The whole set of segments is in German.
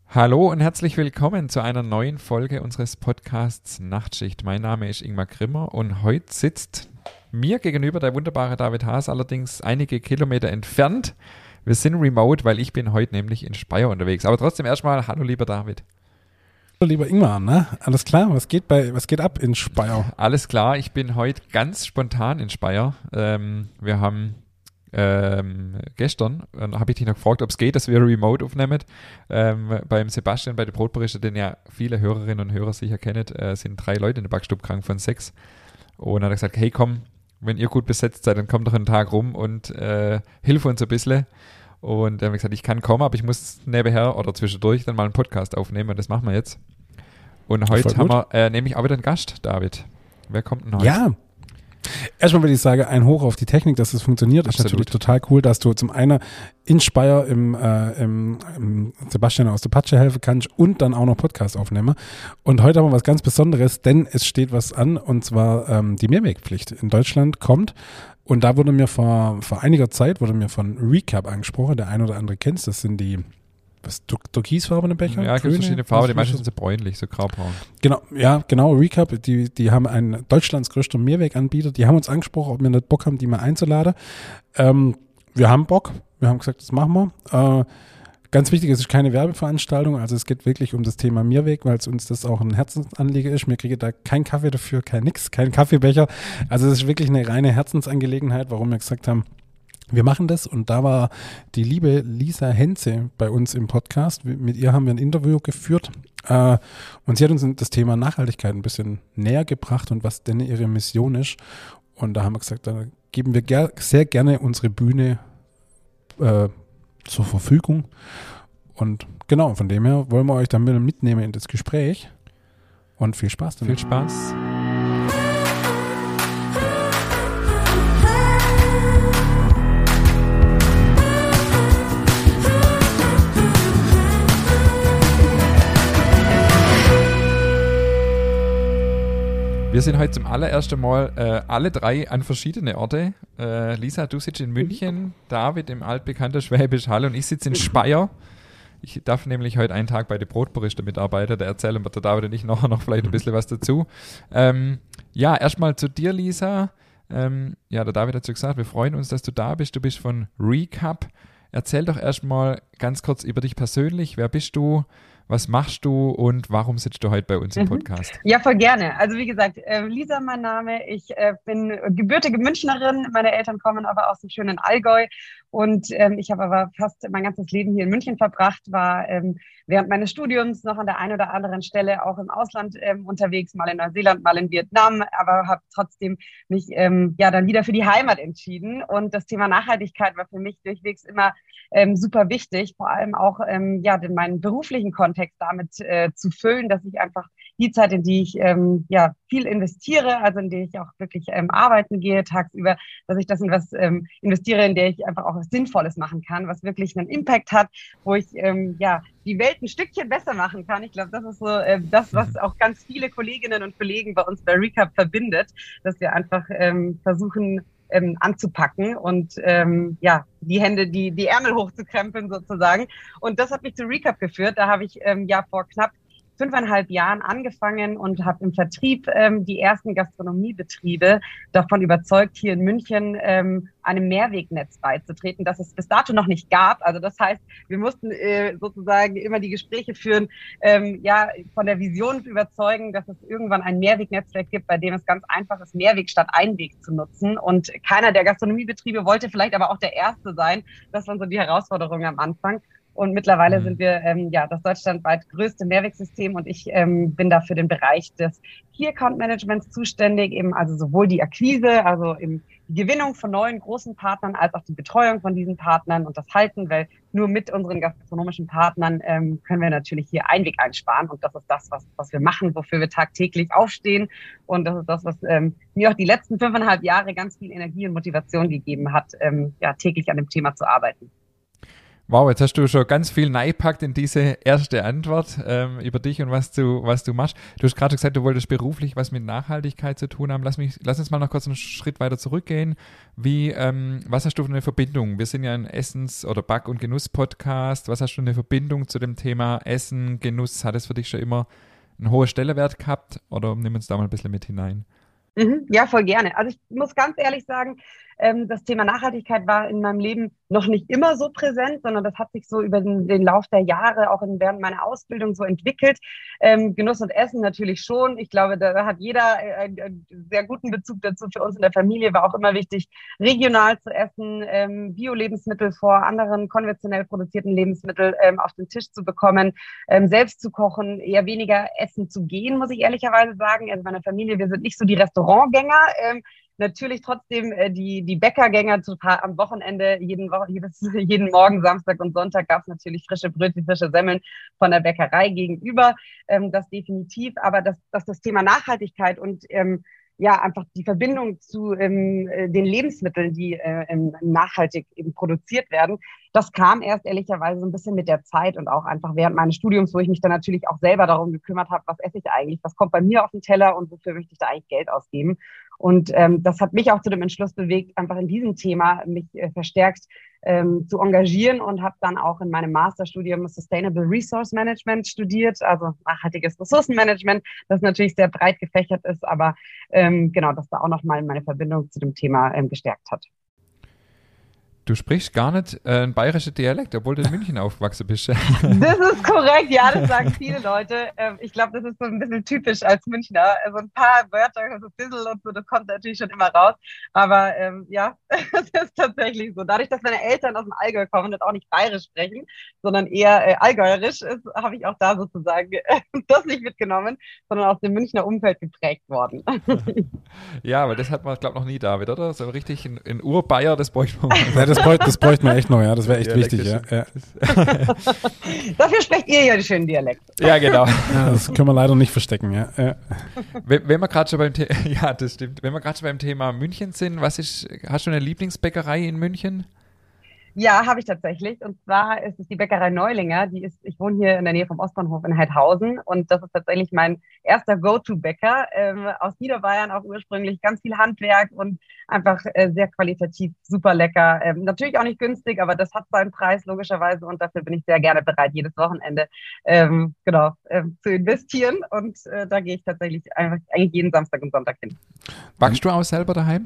Hallo und herzlich willkommen zu einer neuen Folge unseres Podcasts Nachtschicht. Mein Name ist Ingmar Grimmer und heute sitzt mir gegenüber der wunderbare David Haas, allerdings einige Kilometer entfernt. Wir sind remote, weil ich bin heute nämlich in Speyer unterwegs. Aber trotzdem erstmal, hallo lieber David. Hallo lieber Ingmar, ne? Alles klar? Was geht ab in Speyer? Alles klar, ich bin heute ganz spontan in Speyer. Wir haben gestern habe ich dich noch gefragt, ob es geht, dass wir remote aufnehmen. Beim Sebastian, bei der Brotberichte, den ja viele Hörerinnen und Hörer sicher kennen, sind 3 Leute in der Backstube krank von 6. Und dann hat er gesagt, hey komm, wenn ihr gut besetzt seid, dann kommt doch einen Tag rum und hilf uns ein bisschen. Und dann habe ich gesagt, ich kann kommen, aber ich muss nebenher oder zwischendurch dann mal einen Podcast aufnehmen und das machen wir jetzt. Und heute haben wir nämlich auch wieder einen Gast, David. Wer kommt denn heute? Ja. Erstmal würde ich sagen, ein Hoch auf die Technik, dass es funktioniert. Absolut. Ist natürlich total cool, dass du zum einen in Speyer im Sebastian aus der Patsche helfen kannst und dann auch noch Podcast aufnehmen. Und heute haben wir was ganz Besonderes, denn es steht was an, und zwar die Mehrwegpflicht in Deutschland kommt. Und da wurde mir vor einiger Zeit von Recap angesprochen. Der ein oder andere kennt es. Das sind die türkisfarbene Becher? Ja, es gibt verschiedene Farben, die meisten sind so bräunlich, so graubraun. Genau, Recap, die haben einen Deutschlands größter Mehrweganbieter, die haben uns angesprochen, ob wir nicht Bock haben, die mal einzuladen. Wir haben Bock, wir haben gesagt, das machen wir. Ganz wichtig, es ist keine Werbeveranstaltung, also es geht wirklich um das Thema Mehrweg, weil es uns das auch ein Herzensanliegen ist. Wir kriegen da keinen Kaffee dafür, keinen Kaffeebecher. Also es ist wirklich eine reine Herzensangelegenheit, warum wir gesagt haben, wir machen das. Und da war die liebe Lisa Henze bei uns im Podcast. Mit ihr haben wir ein Interview geführt. Und sie hat uns das Thema Nachhaltigkeit ein bisschen näher gebracht und was denn ihre Mission ist. Und da haben wir gesagt, da geben wir sehr gerne unsere Bühne zur Verfügung. Und genau, von dem her wollen wir euch dann mitnehmen in das Gespräch. Und viel Spaß damit. Viel Spaß. Wir sind heute zum allerersten Mal alle 3 an verschiedene Orte. Lisa, du sitzt in München, David im altbekannten Schwäbisch Hall und ich sitze in Speyer. Ich darf nämlich heute einen Tag bei den Brotberichten mitarbeiten, da erzählen wir der David und ich nachher noch vielleicht ein bisschen was dazu. Erstmal zu dir, Lisa. Der David hat so gesagt, wir freuen uns, dass du da bist. Du bist von Recap. Erzähl doch erstmal ganz kurz über dich persönlich. Wer bist du? Was machst du und warum sitzt du heute bei uns im Podcast? Ja, voll gerne. Also wie gesagt, Lisa mein Name. Ich bin gebürtige Münchnerin. Meine Eltern kommen aber aus dem schönen Allgäu. Und ich habe aber fast mein ganzes Leben hier in München verbracht, war während meines Studiums noch an der einen oder anderen Stelle auch im Ausland unterwegs, mal in Neuseeland, mal in Vietnam, aber habe trotzdem mich dann wieder für die Heimat entschieden. Und das Thema Nachhaltigkeit war für mich durchwegs immer super wichtig, vor allem auch meinen beruflichen Kontext damit zu füllen, dass ich einfach die Zeit, in die ich viel investiere, also in der ich auch wirklich arbeiten gehe tagsüber, dass ich das in was investiere, in der ich einfach auch was Sinnvolles machen kann, was wirklich einen Impact hat, wo ich die Welt ein Stückchen besser machen kann. Ich glaube, das ist so das, was auch ganz viele Kolleginnen und Kollegen bei uns bei Recap verbindet, dass wir einfach versuchen, anzupacken und die Hände, die Ärmel hochzukrempeln sozusagen. Und das hat mich zu Recap geführt. Da habe ich vor knapp 5,5 Jahren angefangen und habe im Vertrieb die ersten Gastronomiebetriebe davon überzeugt, hier in München einem Mehrwegnetz beizutreten, das es bis dato noch nicht gab. Also das heißt, wir mussten sozusagen immer die Gespräche führen, von der Vision überzeugen, dass es irgendwann ein Mehrwegnetzwerk gibt, bei dem es ganz einfach ist, Mehrweg statt Einweg zu nutzen. Und keiner der Gastronomiebetriebe wollte vielleicht aber auch der Erste sein. Das waren so die Herausforderungen am Anfang. Und mittlerweile sind wir das deutschlandweit größte Mehrwegsystem und ich bin da für den Bereich des Key Account Managements zuständig, eben also sowohl die Akquise, also die Gewinnung von neuen großen Partnern, als auch die Betreuung von diesen Partnern und das Halten, weil nur mit unseren gastronomischen Partnern können wir natürlich hier Einweg einsparen und das ist das, was wir machen, wofür wir tagtäglich aufstehen und das ist das, was mir auch die letzten 5,5 Jahre ganz viel Energie und Motivation gegeben hat, täglich an dem Thema zu arbeiten. Wow, jetzt hast du schon ganz viel reingepackt in diese erste Antwort über dich und was du machst. Du hast gerade gesagt, du wolltest beruflich was mit Nachhaltigkeit zu tun haben. Lass uns mal noch kurz einen Schritt weiter zurückgehen. Was hast du für eine Verbindung? Wir sind ja ein Essens- oder Back- und Genuss-Podcast. Was hast du für eine Verbindung zu dem Thema Essen, Genuss? Hat es für dich schon immer einen hohen Stellenwert gehabt oder nimm uns da mal ein bisschen mit hinein? Ja, voll gerne. Also ich muss ganz ehrlich sagen, das Thema Nachhaltigkeit war in meinem Leben noch nicht immer so präsent, sondern das hat sich so über den Lauf der Jahre auch während meiner Ausbildung so entwickelt. Genuss und Essen natürlich schon. Ich glaube, da hat jeder einen sehr guten Bezug dazu. Für uns in der Familie war auch immer wichtig, regional zu essen, Bio-Lebensmittel vor anderen konventionell produzierten Lebensmitteln auf den Tisch zu bekommen, selbst zu kochen, eher weniger essen zu gehen, muss ich ehrlicherweise sagen. Also meine Familie, wir sind nicht so die Restaurantgänger, natürlich trotzdem die Bäckergänger am Wochenende, jeden Morgen, Samstag und Sonntag gab es natürlich frische Brötchen, frische Semmeln von der Bäckerei gegenüber, das definitiv. Aber das Thema Nachhaltigkeit und ja, einfach die Verbindung zu den Lebensmitteln, die nachhaltig eben produziert werden, das kam erst ehrlicherweise so ein bisschen mit der Zeit und auch einfach während meines Studiums, wo ich mich dann natürlich auch selber darum gekümmert habe, was esse ich eigentlich, was kommt bei mir auf den Teller und wofür möchte ich da eigentlich Geld ausgeben. Und das hat mich auch zu dem Entschluss bewegt, einfach in diesem Thema mich verstärkt zu engagieren und habe dann auch in meinem Masterstudium Sustainable Resource Management studiert, also nachhaltiges Ressourcenmanagement, das natürlich sehr breit gefächert ist, aber genau, das da auch nochmal meine Verbindung zu dem Thema gestärkt hat. Du sprichst gar nicht einen bayerischen Dialekt, obwohl du in München aufgewachsen bist. Das ist korrekt, ja, das sagen viele Leute. Ich glaube, das ist so ein bisschen typisch als Münchner. Also ein paar Wörter, so Bissel und so, das kommt natürlich schon immer raus. Aber ja, das ist tatsächlich so. Dadurch, dass meine Eltern aus dem Allgäu kommen und auch nicht bayerisch sprechen, sondern eher allgäuerisch ist, habe ich auch da sozusagen das nicht mitgenommen, sondern aus dem Münchner Umfeld geprägt worden. Ja, aber das hat man, glaube ich, noch nie, David, oder? So richtig ein Urbayer, das bräuchte man. Ja, das bräuchte man echt noch, ja. Das wäre echt wichtig, ja. Dafür sprecht ihr ja den schönen Dialekt. Ja, genau. Ja, das können wir leider nicht verstecken, ja. Wenn wir gerade schon ja, das stimmt. Wenn wir gerade schon beim Thema München sind, hast du eine Lieblingsbäckerei in München? Ja, habe ich tatsächlich. Und zwar ist es die Bäckerei Neulinger. Ich wohne hier in der Nähe vom Ostbahnhof in Heidhausen. Und das ist tatsächlich mein erster Go-To-Bäcker aus Niederbayern, auch ursprünglich ganz viel Handwerk und einfach sehr qualitativ super lecker. Natürlich auch nicht günstig, aber das hat seinen Preis logischerweise. Und dafür bin ich sehr gerne bereit, jedes Wochenende zu investieren. Und da gehe ich tatsächlich eigentlich jeden Samstag und Sonntag hin. Backst du auch selber daheim?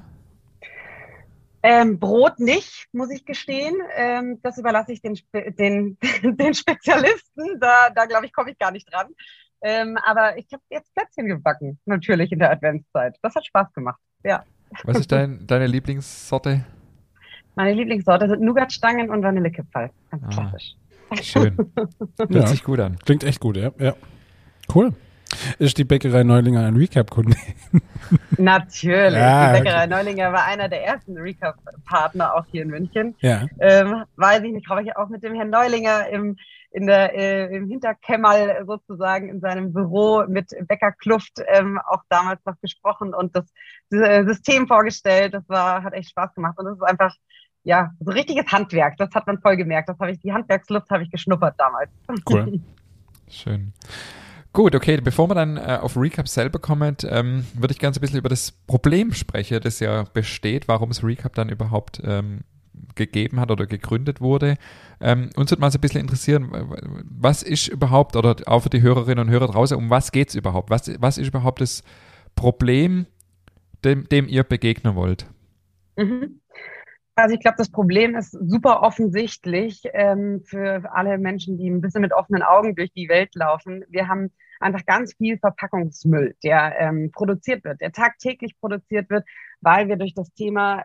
Brot nicht, muss ich gestehen. Das überlasse ich den Spezialisten. Da glaube ich, komme ich gar nicht dran. Aber ich habe jetzt Plätzchen gebacken, natürlich in der Adventszeit. Das hat Spaß gemacht, ja. Was ist deine Lieblingssorte? Meine Lieblingssorte sind Nougatstangen und Vanillekipferl. Ganz klassisch. Schön. Hört sich gut an. Klingt echt gut, ja. Cool. Ist die Bäckerei Neulinger ein Recap-Kunde? Natürlich. Ja, die Bäckerei Neulinger war einer der ersten Recap-Partner auch hier in München. Ja. Weiß ich nicht, habe ich auch mit dem Herrn Neulinger im Hinterkämmerl sozusagen in seinem Büro mit Bäckerkluft auch damals noch gesprochen und das System vorgestellt. Hat echt Spaß gemacht und das ist einfach ja so richtiges Handwerk. Das hat man voll gemerkt. Die Handwerksluft habe ich geschnuppert damals. Cool. Schön. Gut, okay, bevor wir dann auf Recap selber kommen, würde ich gerne so ein bisschen über das Problem sprechen, das ja besteht, warum es Recap dann überhaupt gegeben hat oder gegründet wurde. Uns würde mal so ein bisschen interessieren, was ist überhaupt, oder auch für die Hörerinnen und Hörer draußen, um was geht es überhaupt? Was ist überhaupt das Problem, dem ihr begegnen wollt? Mhm. Also ich glaube, das Problem ist super offensichtlich für alle Menschen, die ein bisschen mit offenen Augen durch die Welt laufen. Wir haben einfach ganz viel Verpackungsmüll, der produziert wird, der tagtäglich produziert wird, weil wir durch das Thema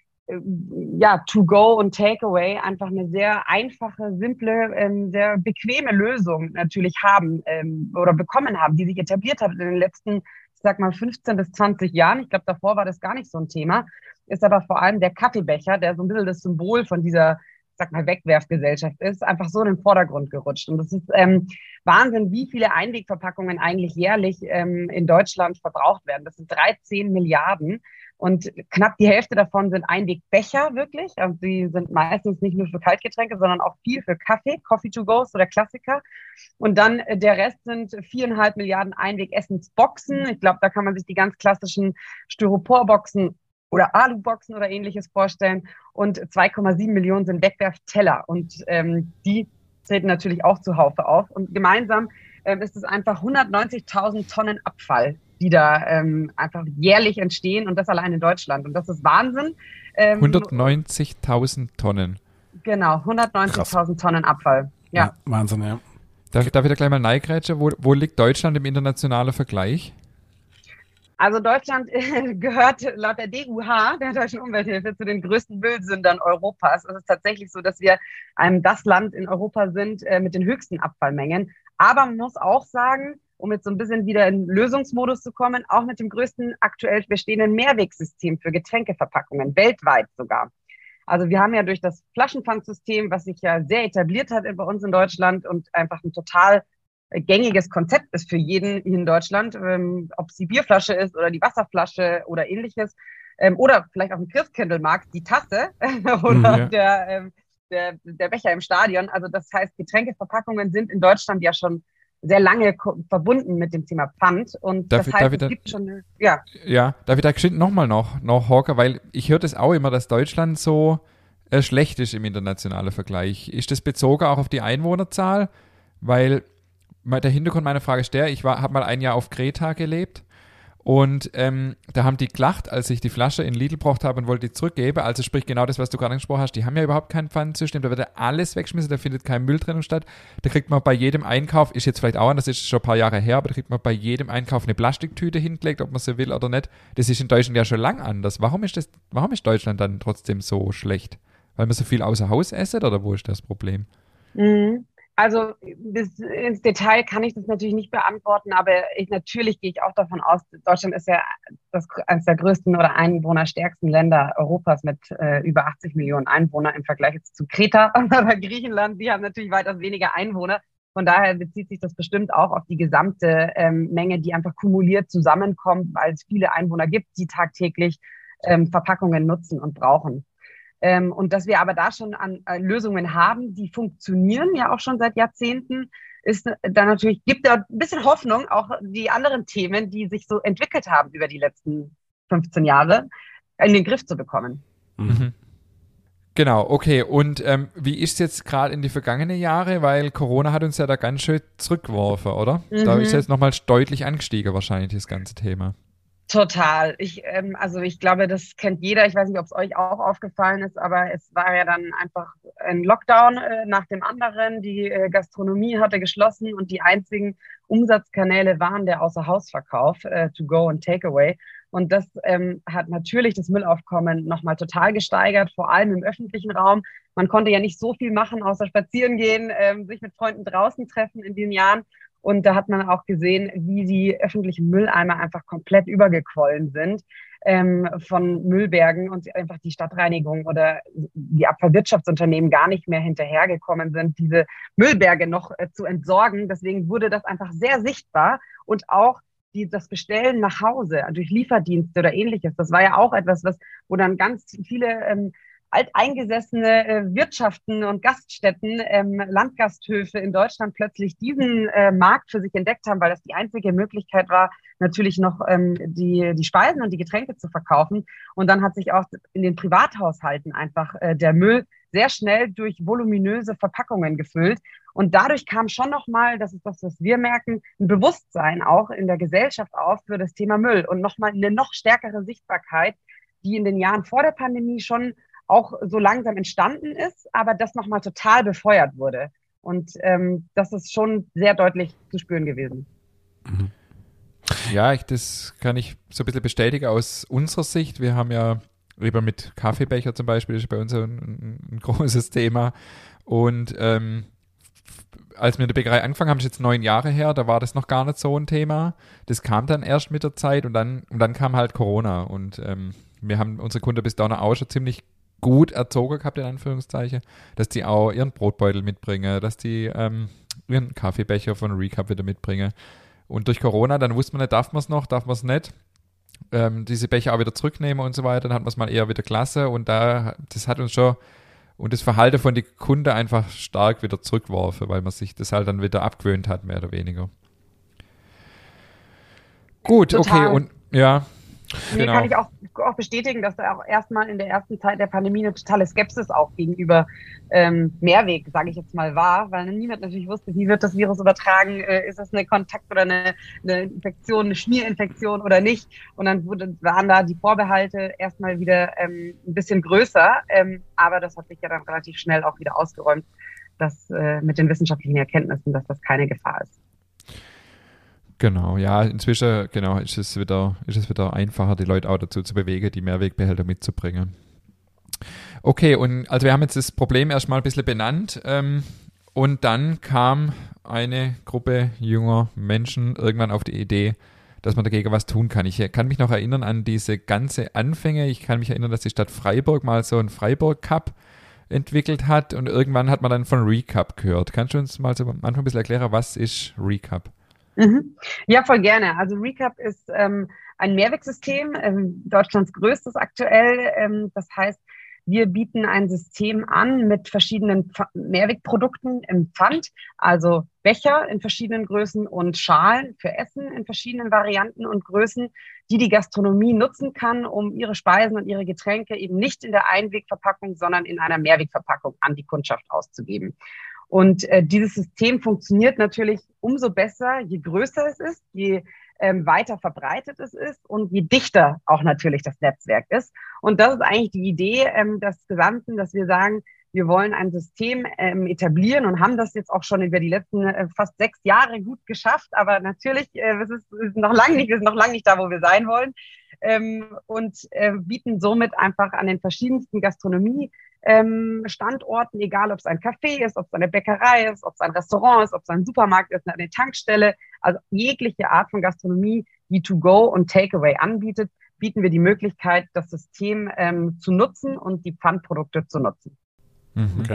To-Go und Takeaway einfach eine sehr einfache, simple, sehr bequeme Lösung natürlich haben oder bekommen haben, die sich etabliert hat in den letzten, ich sag mal, 15 bis 20 Jahren. Ich glaube, davor war das gar nicht so ein Thema. Ist aber vor allem der Kaffeebecher, der so ein bisschen das Symbol von dieser, ich sag mal, Wegwerfgesellschaft ist, einfach so in den Vordergrund gerutscht. Und das ist Wahnsinn, wie viele Einwegverpackungen eigentlich jährlich in Deutschland verbraucht werden. Das sind 13 Milliarden. Und knapp die Hälfte davon sind Einwegbecher wirklich. Also die sind meistens nicht nur für Kaltgetränke, sondern auch viel für Kaffee, Coffee to go oder Klassiker. Und dann der Rest sind 4,5 Milliarden Einwegessensboxen. Ich glaube, da kann man sich die ganz klassischen Styroporboxen oder Aluboxen oder ähnliches vorstellen. Und 2,7 Millionen sind Wegwerfteller. Und die treten natürlich auch zuhaufe auf. Und gemeinsam ist es einfach 190.000 Tonnen Abfall, die da einfach jährlich entstehen. Und das allein in Deutschland. Und das ist Wahnsinn. 190.000 Tonnen. Genau, 190.000 Tonnen Abfall. Ja, Wahnsinn, ja. Darf ich da gleich mal reingrätschen? Wo liegt Deutschland im internationalen Vergleich? Also Deutschland gehört laut der DUH, der Deutschen Umwelthilfe, zu den größten Müllsündern Europas. Es ist tatsächlich so, dass wir das Land in Europa sind mit den höchsten Abfallmengen. Aber man muss auch sagen, um jetzt so ein bisschen wieder in Lösungsmodus zu kommen, auch mit dem größten aktuell bestehenden Mehrwegsystem für Getränkeverpackungen, weltweit sogar. Also wir haben ja durch das Flaschenpfandsystem, was sich ja sehr etabliert hat bei uns in Deutschland und einfach ein total gängiges Konzept ist für jeden hier in Deutschland, ob es die Bierflasche ist oder die Wasserflasche oder ähnliches, oder vielleicht auf dem Christkindlmarkt die Tasse oder der Becher im Stadion. Also das heißt, Getränkeverpackungen sind in Deutschland ja schon sehr lange verbunden mit dem Thema Pfand. Und das heißt, es gibt schon ja. Ja, darf ich da geschwind nochmal noch Hawker, weil ich höre das auch immer, dass Deutschland so schlecht ist im internationalen Vergleich. Ist das bezogen auch auf die Einwohnerzahl? Weil der Hintergrund meiner Frage ist der, ich habe mal ein Jahr auf Kreta gelebt und da haben die gelacht, als ich die Flasche in Lidl gebracht habe und wollte die zurückgeben. Also sprich genau das, was du gerade angesprochen hast. Die haben ja überhaupt kein Pfandsystem, da wird ja alles weggeschmissen, da findet keine Mülltrennung statt. Da kriegt man bei jedem Einkauf, ist jetzt vielleicht auch anders, ist schon ein paar Jahre her, aber da kriegt man bei jedem Einkauf eine Plastiktüte hingelegt, ob man sie will oder nicht. Das ist in Deutschland ja schon lang anders. Warum ist Deutschland dann trotzdem so schlecht? Weil man so viel außer Haus esset oder wo ist das Problem? Also ins Detail kann ich das natürlich nicht beantworten, aber natürlich gehe ich auch davon aus, Deutschland ist ja eines der größten oder einwohnerstärksten Länder Europas mit über 80 Millionen Einwohnern im Vergleich jetzt zu Kreta oder Griechenland. Die haben natürlich weitaus weniger Einwohner. Von daher bezieht sich das bestimmt auch auf die gesamte Menge, die einfach kumuliert zusammenkommt, weil es viele Einwohner gibt, die tagtäglich Verpackungen nutzen und brauchen. Und dass wir aber da schon an Lösungen haben, die funktionieren ja auch schon seit Jahrzehnten, ist da natürlich, gibt da ein bisschen Hoffnung, auch die anderen Themen, die sich so entwickelt haben über die letzten 15 Jahre, in den Griff zu bekommen. Mhm. Genau, okay. Und wie ist es jetzt gerade in die vergangenen Jahre? Weil Corona hat uns ja da ganz schön zurückgeworfen, oder? Da ist jetzt nochmal deutlich angestiegen wahrscheinlich das ganze Thema. Total. Also ich glaube, das kennt jeder. Ich weiß nicht, ob es euch auch aufgefallen ist, aber es war ja dann einfach ein Lockdown nach dem anderen. Die Gastronomie hatte geschlossen und die einzigen Umsatzkanäle waren der Außerhausverkauf, to go und Takeaway. Und das hat natürlich das Müllaufkommen nochmal total gesteigert, vor allem im öffentlichen Raum. Man konnte ja nicht so viel machen, außer spazieren gehen, sich mit Freunden draußen treffen in den Jahren. Und da hat man auch gesehen, wie die öffentlichen Mülleimer einfach komplett übergequollen sind von Müllbergen und einfach die Stadtreinigung oder die Abfallwirtschaftsunternehmen gar nicht mehr hinterhergekommen sind, diese Müllberge noch zu entsorgen. Deswegen wurde das einfach sehr sichtbar und auch das Bestellen nach Hause durch Lieferdienste oder ähnliches. Das war ja auch etwas, wo dann ganz viele alteingesessene Wirtschaften und Gaststätten, Landgasthöfe in Deutschland plötzlich diesen Markt für sich entdeckt haben, weil das die einzige Möglichkeit war, natürlich noch die Speisen und die Getränke zu verkaufen. Und dann hat sich auch in den Privathaushalten einfach der Müll sehr schnell durch voluminöse Verpackungen gefüllt. Und dadurch kam schon nochmal, das ist das, was wir merken, ein Bewusstsein auch in der Gesellschaft auf für das Thema Müll und nochmal eine noch stärkere Sichtbarkeit, die in den Jahren vor der Pandemie schon auch so langsam entstanden ist, aber das nochmal total befeuert wurde. Und das ist schon sehr deutlich zu spüren gewesen. Ja, das kann ich so ein bisschen bestätigen aus unserer Sicht. Wir haben ja über mit Kaffeebecher zum Beispiel, das ist bei uns ein großes Thema. Und als wir in der Bäckerei angefangen haben, ist jetzt 9 Jahre her, da war das noch gar nicht so ein Thema. Das kam dann erst mit der Zeit und dann kam halt Corona. Und wir haben unsere Kunden bis dahin auch schon ziemlich gut erzogen gehabt, in Anführungszeichen, dass die auch ihren Brotbeutel mitbringen, dass die ihren Kaffeebecher von Recap wieder mitbringen. Und durch Corona, dann wusste man nicht, darf man es noch, darf man es nicht. diese Becher auch wieder zurücknehmen und so weiter, dann hat man es mal eher wieder klasse und das hat uns schon und das Verhalten von den Kunden einfach stark wieder zurückgeworfen, weil man sich das halt dann wieder abgewöhnt hat, mehr oder weniger. Gut, Total. okay, und ja, Nee, genau. kann ich auch bestätigen, dass da auch erstmal in der ersten Zeit der Pandemie eine totale Skepsis auch gegenüber Mehrweg, sage ich jetzt mal, war, weil niemand natürlich wusste, wie wird das Virus übertragen, ist das eine Kontakt- oder eine Infektion, eine Schmierinfektion oder nicht. Und dann waren da die Vorbehalte erstmal wieder ein bisschen größer, aber das hat sich ja dann relativ schnell auch wieder ausgeräumt, dass mit den wissenschaftlichen Erkenntnissen, dass das keine Gefahr ist. Genau, ja, inzwischen ist es wieder einfacher, die Leute auch dazu zu bewegen, die Mehrwegbehälter mitzubringen. Okay, und also wir haben jetzt das Problem erstmal ein bisschen benannt und dann kam eine Gruppe junger Menschen irgendwann auf die Idee, dass man dagegen was tun kann. Ich kann mich noch erinnern an diese ganze Anfänge. Ich kann mich erinnern, dass die Stadt Freiburg mal so einen Freiburg Cup entwickelt hat und irgendwann hat man dann von Recap gehört. Kannst du uns mal so am Anfang ein bisschen erklären, was ist Recap? Ja, voll gerne. Also Recap ist ein Mehrwegsystem, Deutschlands größtes aktuell. Das heißt, wir bieten ein System an mit verschiedenen Mehrwegprodukten im Pfand, also Becher in verschiedenen Größen und Schalen für Essen in verschiedenen Varianten und Größen, die Gastronomie nutzen kann, um ihre Speisen und ihre Getränke eben nicht in der Einwegverpackung, sondern in einer Mehrwegverpackung an die Kundschaft auszugeben. Und dieses System funktioniert natürlich umso besser, je größer es ist, je weiter verbreitet es ist und je dichter auch natürlich das Netzwerk ist. Und das ist eigentlich die Idee des Gesamten, dass wir sagen, wir wollen ein System etablieren und haben das jetzt auch schon über die letzten fast 6 Jahre gut geschafft. Aber natürlich, wir sind noch lange nicht da, wo wir sein wollen. Und bieten somit einfach an den verschiedensten Standorten, egal ob es ein Café ist, ob es eine Bäckerei ist, ob es ein Restaurant ist, ob es ein Supermarkt ist, eine Tankstelle, also jegliche Art von Gastronomie, die To-Go und Takeaway anbietet, bieten wir die Möglichkeit, das System zu nutzen und die Pfandprodukte zu nutzen. Okay.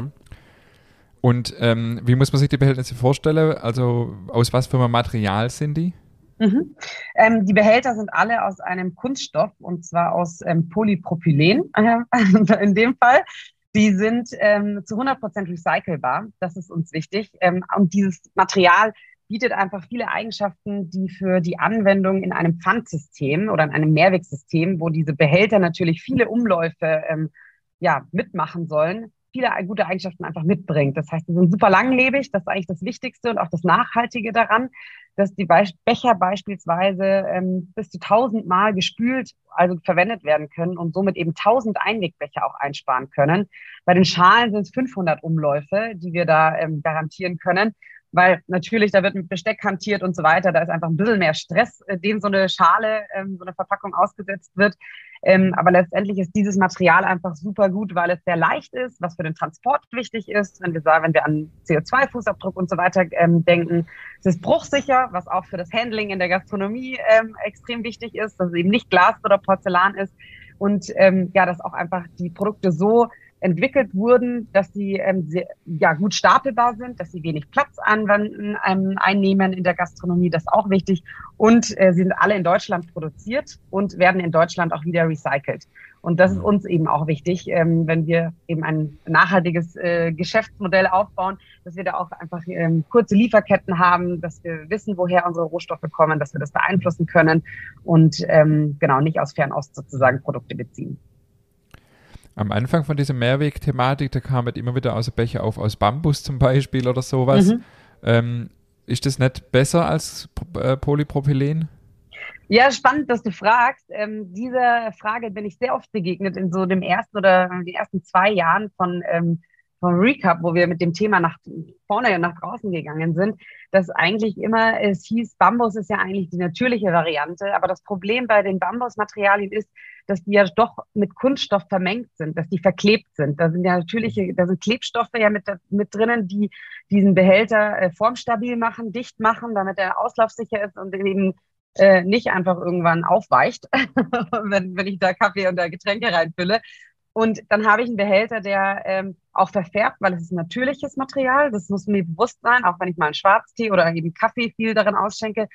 Und wie muss man sich die Behältnisse vorstellen? Also aus was für einem Material sind die? Die Behälter sind alle aus einem Kunststoff und zwar aus Polypropylen in dem Fall. Die sind zu 100% recycelbar. Das ist uns wichtig. Und dieses Material bietet einfach viele Eigenschaften, die für die Anwendung in einem Pfandsystem oder in einem Mehrwegsystem, wo diese Behälter natürlich viele Umläufe mitmachen sollen, viele gute Eigenschaften einfach mitbringt. Das heißt, die sind super langlebig. Das ist eigentlich das Wichtigste und auch das Nachhaltige daran, dass die Becher beispielsweise bis zu 1000 Mal gespült, also verwendet werden können und somit eben 1000 Einwegbecher auch einsparen können. Bei den Schalen sind es 500 Umläufe, die wir da garantieren können, weil natürlich, da wird mit Besteck hantiert und so weiter. Da ist einfach ein bisschen mehr Stress, dem so eine Schale, so eine Verpackung ausgesetzt wird. Aber letztendlich ist dieses Material einfach super gut, weil es sehr leicht ist, was für den Transport wichtig ist. Wenn wir an CO2-Fußabdruck und so weiter denken. Es ist bruchsicher, was auch für das Handling in der Gastronomie extrem wichtig ist, dass es eben nicht Glas oder Porzellan ist. Und dass auch einfach die Produkte so entwickelt wurden, dass sie gut stapelbar sind, dass sie wenig Platz einnehmen in der Gastronomie, das ist auch wichtig. Und sie sind alle in Deutschland produziert und werden in Deutschland auch wieder recycelt. Und das ist uns eben auch wichtig, wenn wir eben ein nachhaltiges Geschäftsmodell aufbauen, dass wir da auch einfach kurze Lieferketten haben, dass wir wissen, woher unsere Rohstoffe kommen, dass wir das beeinflussen können und nicht aus Fernost sozusagen Produkte beziehen. Am Anfang von dieser Mehrweg-Thematik, da kam halt immer wieder aus dem Becher aus Bambus zum Beispiel oder sowas. Ist das nicht besser als Polypropylen? Ja, spannend, dass du fragst. Dieser Frage bin ich sehr oft begegnet in so dem ersten oder den ersten 2 Jahren von Recap, wo wir mit dem Thema nach vorne und nach draußen gegangen sind, dass eigentlich immer es hieß, Bambus ist ja eigentlich die natürliche Variante, aber das Problem bei den Bambusmaterialien ist, dass die ja doch mit Kunststoff vermengt sind, dass die verklebt sind. Da sind Klebstoffe ja mit drinnen, die diesen Behälter formstabil machen, dicht machen, damit er auslaufsicher ist und eben nicht einfach irgendwann aufweicht, wenn ich da Kaffee und da Getränke reinfülle. Und dann habe ich einen Behälter, der auch verfärbt, weil es ist ein natürliches Material. Das muss mir bewusst sein, auch wenn ich mal einen Schwarztee oder eben Kaffee viel darin ausschenke.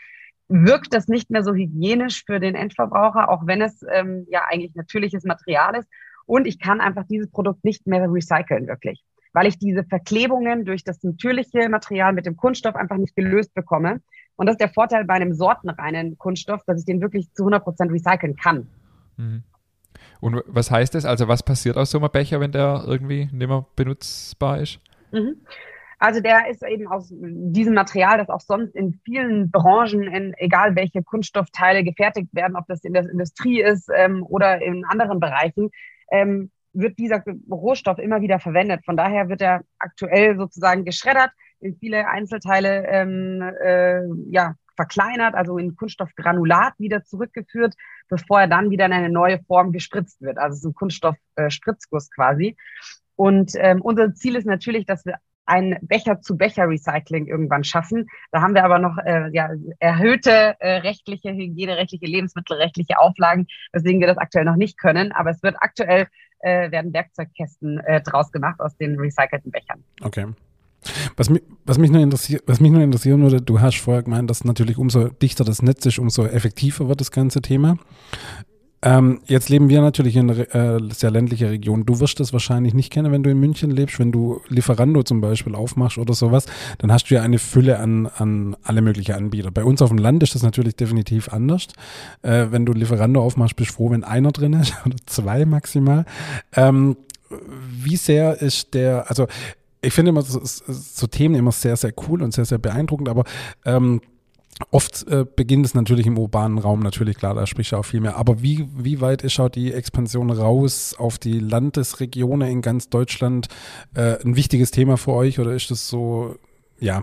wirkt das nicht mehr so hygienisch für den Endverbraucher, auch wenn es ja eigentlich natürliches Material ist. Und ich kann einfach dieses Produkt nicht mehr recyceln, wirklich, weil ich diese Verklebungen durch das natürliche Material mit dem Kunststoff einfach nicht gelöst bekomme. Und das ist der Vorteil bei einem sortenreinen Kunststoff, dass ich den wirklich zu 100% recyceln kann. Mhm. Und was heißt das? Also was passiert aus so einem Becher, wenn der irgendwie nicht mehr benutzbar ist? Mhm. Also der ist eben aus diesem Material, das auch sonst in vielen Branchen, in egal welche Kunststoffteile gefertigt werden, ob das in der Industrie ist oder in anderen Bereichen, wird dieser Rohstoff immer wieder verwendet. Von daher wird er aktuell sozusagen geschreddert, in viele Einzelteile verkleinert, also in Kunststoffgranulat wieder zurückgeführt, bevor er dann wieder in eine neue Form gespritzt wird. Also so ein Kunststoffspritzguss quasi. Und unser Ziel ist natürlich, dass wir ein Becher-zu-Becher-Recycling irgendwann schaffen. Da haben wir aber noch erhöhte rechtliche Hygiene, rechtliche Lebensmittelrechtliche Auflagen, weswegen wir das aktuell noch nicht können. Aber es wird aktuell werden Werkzeugkästen draus gemacht aus den recycelten Bechern. Okay. Was mich nur interessieren würde, du hast vorher gemeint, dass natürlich umso dichter das Netz ist, umso effektiver wird das ganze Thema. Jetzt leben wir natürlich in einer sehr ländlichen Region. Du wirst das wahrscheinlich nicht kennen, wenn du in München lebst. Wenn du Lieferando zum Beispiel aufmachst oder sowas, dann hast du ja eine Fülle an alle möglichen Anbieter. Bei uns auf dem Land ist das natürlich definitiv anders. Wenn du Lieferando aufmachst, bist du froh, wenn einer drin ist oder zwei maximal. Wie sehr ist also ich finde immer so Themen immer sehr, sehr cool und sehr, sehr beeindruckend, aber oft beginnt es natürlich im urbanen Raum, natürlich, klar, da spricht er auch viel mehr. Aber wie weit ist auch die Expansion raus auf die Landesregionen in ganz Deutschland ein wichtiges Thema für euch oder ist das so, ja?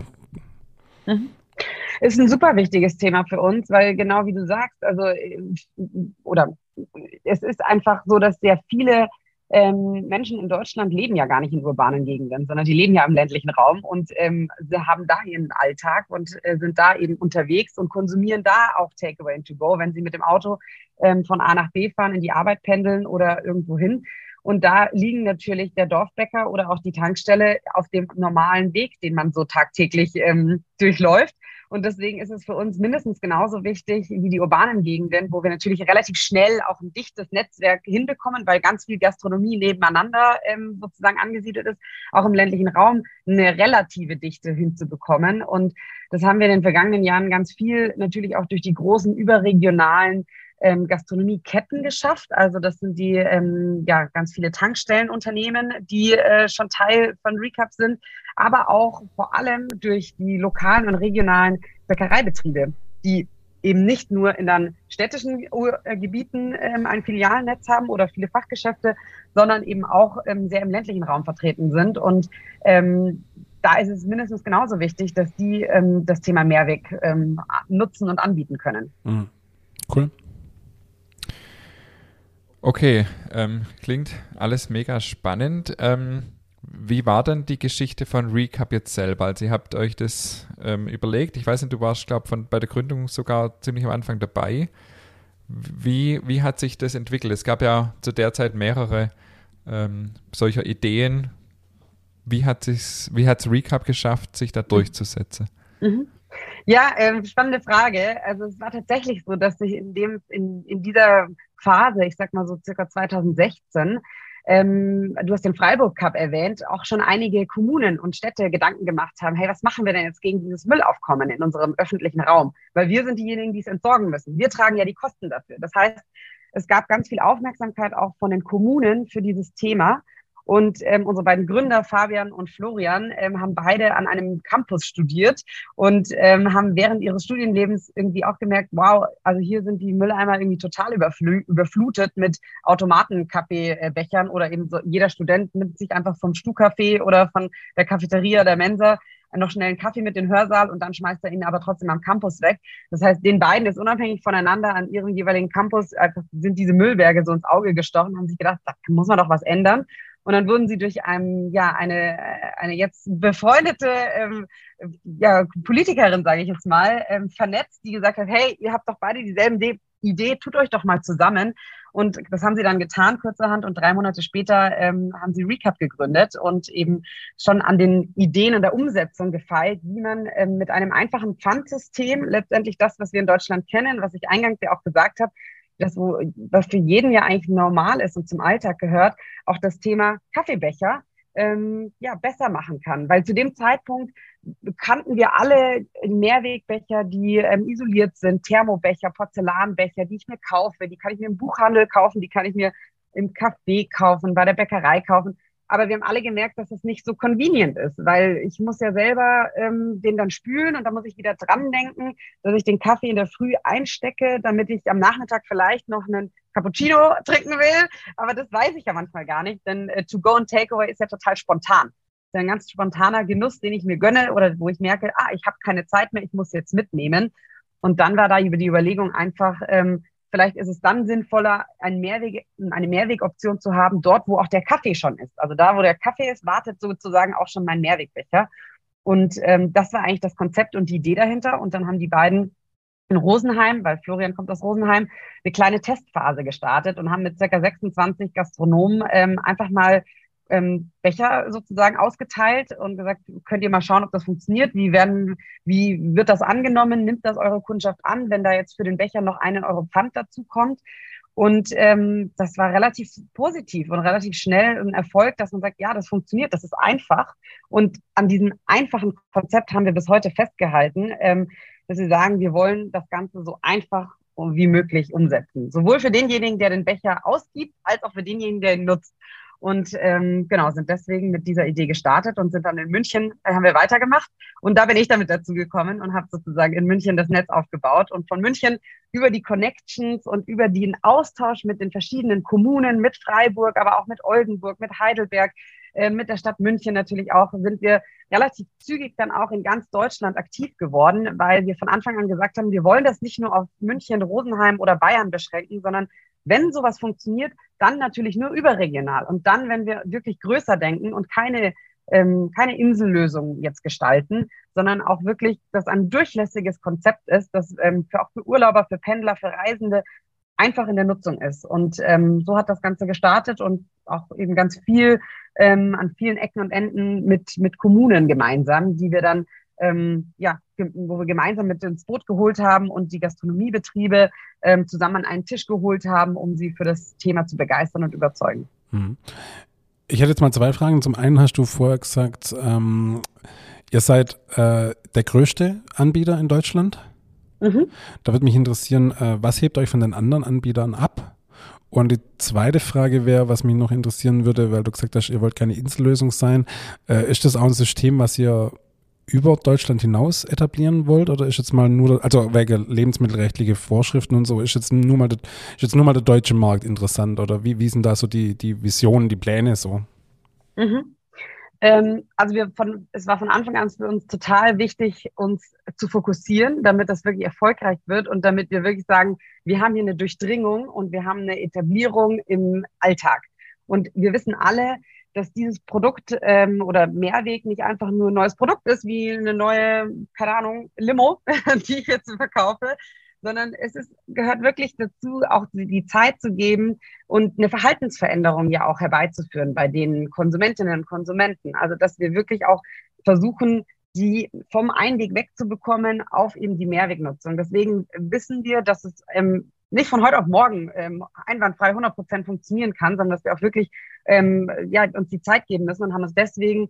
Ist ein super wichtiges Thema für uns, weil genau wie du sagst, es ist einfach so, dass sehr viele Menschen in Deutschland leben ja gar nicht in urbanen Gegenden, sondern die leben ja im ländlichen Raum und sie haben da ihren Alltag und sind da eben unterwegs und konsumieren da auch Takeaway and To-Go, wenn sie mit dem Auto von A nach B fahren, in die Arbeit pendeln oder irgendwo hin. Und da liegen natürlich der Dorfbäcker oder auch die Tankstelle auf dem normalen Weg, den man so tagtäglich durchläuft. Und deswegen ist es für uns mindestens genauso wichtig wie die urbanen Gegenden, wo wir natürlich relativ schnell auch ein dichtes Netzwerk hinbekommen, weil ganz viel Gastronomie nebeneinander sozusagen angesiedelt ist, auch im ländlichen Raum eine relative Dichte hinzubekommen. Und das haben wir in den vergangenen Jahren ganz viel natürlich auch durch die großen überregionalen Gastronomieketten geschafft. Also das sind die ganz viele Tankstellenunternehmen, die schon Teil von Recap sind, aber auch vor allem durch die lokalen und regionalen Bäckereibetriebe, die eben nicht nur in dann städtischen Gebieten ein Filialnetz haben oder viele Fachgeschäfte, sondern eben auch sehr im ländlichen Raum vertreten sind. Und da ist es mindestens genauso wichtig, dass die das Thema Mehrweg nutzen und anbieten können. Mhm. Cool. Okay, klingt alles mega spannend. Wie war denn die Geschichte von Recap jetzt selber? Also ihr habt euch das überlegt. Ich weiß nicht, du warst, glaube ich, bei der Gründung sogar ziemlich am Anfang dabei. Wie hat sich das entwickelt? Es gab ja zu der Zeit mehrere solcher Ideen. Wie hat Recap geschafft, sich da durchzusetzen? Mhm. Ja, spannende Frage. Also es war tatsächlich so, dass sich in dieser Phase, ich sag mal so circa 2016, du hast den Freiburg Cup erwähnt, auch schon einige Kommunen und Städte Gedanken gemacht haben, hey, was machen wir denn jetzt gegen dieses Müllaufkommen in unserem öffentlichen Raum? Weil wir sind diejenigen, die es entsorgen müssen. Wir tragen ja die Kosten dafür. Das heißt, es gab ganz viel Aufmerksamkeit auch von den Kommunen für dieses Thema. Und unsere beiden Gründer, Fabian und Florian, haben beide an einem Campus studiert und haben während ihres Studienlebens irgendwie auch gemerkt, wow, also hier sind die Mülleimer irgendwie total überflutet mit Automaten-Kaffeebechern oder eben so, jeder Student nimmt sich einfach vom Stuhlkaffee oder von der Cafeteria, der Mensa noch schnell einen Kaffee mit in den Hörsaal und dann schmeißt er ihn aber trotzdem am Campus weg. Das heißt, den beiden ist unabhängig voneinander an ihrem jeweiligen Campus einfach sind diese Müllberge so ins Auge gestochen, haben sich gedacht, da muss man doch was ändern. Und dann wurden sie durch eine jetzt befreundete Politikerin, sage ich jetzt mal, vernetzt, die gesagt hat, hey, ihr habt doch beide dieselben Idee, tut euch doch mal zusammen. Und das haben sie dann getan, kurzerhand. Und 3 Monate später haben sie Recap gegründet und eben schon an den Ideen und der Umsetzung gefeilt, wie man mit einem einfachen Pfandsystem letztendlich das, was wir in Deutschland kennen, was ich eingangs ja auch gesagt habe, was für jeden ja eigentlich normal ist und zum Alltag gehört, auch das Thema Kaffeebecher besser machen kann. Weil zu dem Zeitpunkt kannten wir alle Mehrwegbecher, die isoliert sind, Thermobecher, Porzellanbecher, die ich mir kaufe, die kann ich mir im Buchhandel kaufen, die kann ich mir im Café kaufen, bei der Bäckerei kaufen. Aber wir haben alle gemerkt, dass es nicht so convenient ist, weil ich muss ja selber den dann spülen und dann muss ich wieder dran denken, dass ich den Kaffee in der Früh einstecke, damit ich am Nachmittag vielleicht noch einen Cappuccino trinken will. Aber das weiß ich ja manchmal gar nicht, denn To-Go und Takeaway ist ja total spontan. Das ist ein ganz spontaner Genuss, den ich mir gönne oder wo ich merke, ich habe keine Zeit mehr, ich muss jetzt mitnehmen. Und dann war da über die Überlegung einfach, vielleicht ist es dann sinnvoller, eine Mehrwegoption zu haben, dort, wo auch der Kaffee schon ist. Also da, wo der Kaffee ist, wartet sozusagen auch schon mein Mehrwegbecher. Und das war eigentlich das Konzept und die Idee dahinter. Und dann haben die beiden in Rosenheim, weil Florian kommt aus Rosenheim, eine kleine Testphase gestartet und haben mit ca. 26 Gastronomen einfach mal Becher sozusagen ausgeteilt und gesagt, könnt ihr mal schauen, ob das funktioniert, wie wird das angenommen, nimmt das eure Kundschaft an, wenn da jetzt für den Becher noch 1 Euro Pfand dazu kommt. Und das war relativ positiv und relativ schnell ein Erfolg, dass man sagt, ja, das funktioniert, das ist einfach. Und an diesem einfachen Konzept haben wir bis heute festgehalten, dass wir sagen, wir wollen das Ganze so einfach wie möglich umsetzen. Sowohl für denjenigen, der den Becher ausgibt, als auch für denjenigen, der ihn nutzt. Und sind deswegen mit dieser Idee gestartet und sind dann in München, haben wir weitergemacht. Und da bin ich damit dazu gekommen und habe sozusagen in München das Netz aufgebaut. Und von München über die Connections und über den Austausch mit den verschiedenen Kommunen, mit Freiburg, aber auch mit Oldenburg, mit Heidelberg, mit der Stadt München natürlich auch, sind wir relativ zügig dann auch in ganz Deutschland aktiv geworden, weil wir von Anfang an gesagt haben, wir wollen das nicht nur auf München, Rosenheim oder Bayern beschränken, sondern wenn sowas funktioniert, dann natürlich nur überregional. Und dann, wenn wir wirklich größer denken und keine Insellösung jetzt gestalten, sondern auch wirklich, dass ein durchlässiges Konzept ist, das auch für Urlauber, für Pendler, für Reisende einfach in der Nutzung ist. Und so hat das Ganze gestartet und auch eben ganz viel an vielen Ecken und Enden mit Kommunen gemeinsam, die wir dann wo wir gemeinsam mit ins Boot geholt haben und die Gastronomiebetriebe zusammen an einen Tisch geholt haben, um sie für das Thema zu begeistern und überzeugen. Ich hätte jetzt mal 2 Fragen. Zum einen hast du vorher gesagt, ihr seid der größte Anbieter in Deutschland. Mhm. Da würde mich interessieren, was hebt euch von den anderen Anbietern ab? Und die zweite Frage wäre, was mich noch interessieren würde, weil du gesagt hast, ihr wollt keine Insellösung sein. Ist das auch ein System, was ihr über Deutschland hinaus etablieren wollt, oder ist jetzt mal nur, also wegen lebensmittelrechtliche Vorschriften und so, ist jetzt nur mal der deutsche Markt interessant, oder wie sind da so die Visionen, die Pläne so? Mhm. Also es war von Anfang an für uns total wichtig, uns zu fokussieren, damit das wirklich erfolgreich wird und damit wir wirklich sagen, wir haben hier eine Durchdringung und wir haben eine Etablierung im Alltag. Und wir wissen alle, dass dieses Produkt oder Mehrweg nicht einfach nur ein neues Produkt ist, wie eine neue, keine Ahnung, Limo, die ich jetzt verkaufe, sondern gehört wirklich dazu, auch die Zeit zu geben und eine Verhaltensveränderung ja auch herbeizuführen bei den Konsumentinnen und Konsumenten. Also, dass wir wirklich auch versuchen, die vom Einweg wegzubekommen auf eben die Mehrwegnutzung. Deswegen wissen wir, dass es nicht von heute auf morgen einwandfrei 100% funktionieren kann, sondern dass wir auch wirklich uns die Zeit geben müssen und haben uns deswegen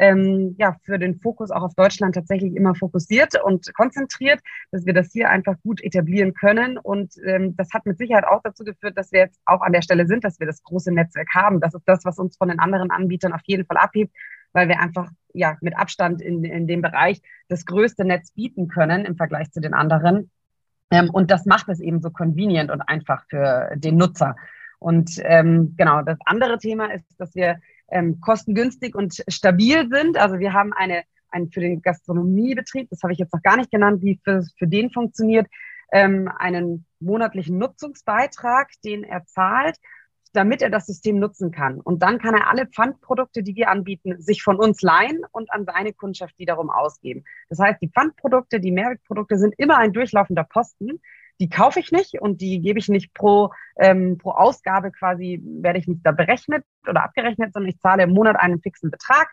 für den Fokus auch auf Deutschland tatsächlich immer fokussiert und konzentriert, dass wir das hier einfach gut etablieren können. Und das hat mit Sicherheit auch dazu geführt, dass wir jetzt auch an der Stelle sind, dass wir das große Netzwerk haben. Das ist das, was uns von den anderen Anbietern auf jeden Fall abhebt, weil wir einfach mit Abstand in dem Bereich das größte Netz bieten können im Vergleich zu den anderen. Und das macht es eben so convenient und einfach für den Nutzer. Und das andere Thema ist, dass wir kostengünstig und stabil sind. Also wir haben für den Gastronomiebetrieb, das habe ich jetzt noch gar nicht genannt, wie für den funktioniert, einen monatlichen Nutzungsbeitrag, den er zahlt, damit er das System nutzen kann. Und dann kann er alle Pfandprodukte, die wir anbieten, sich von uns leihen und an seine Kundschaft wiederum ausgeben. Das heißt, die Pfandprodukte, die Mehrwegprodukte sind immer ein durchlaufender Posten, die kaufe ich nicht und die gebe ich nicht pro Ausgabe quasi, werde ich nicht da berechnet oder abgerechnet, sondern ich zahle im Monat einen fixen Betrag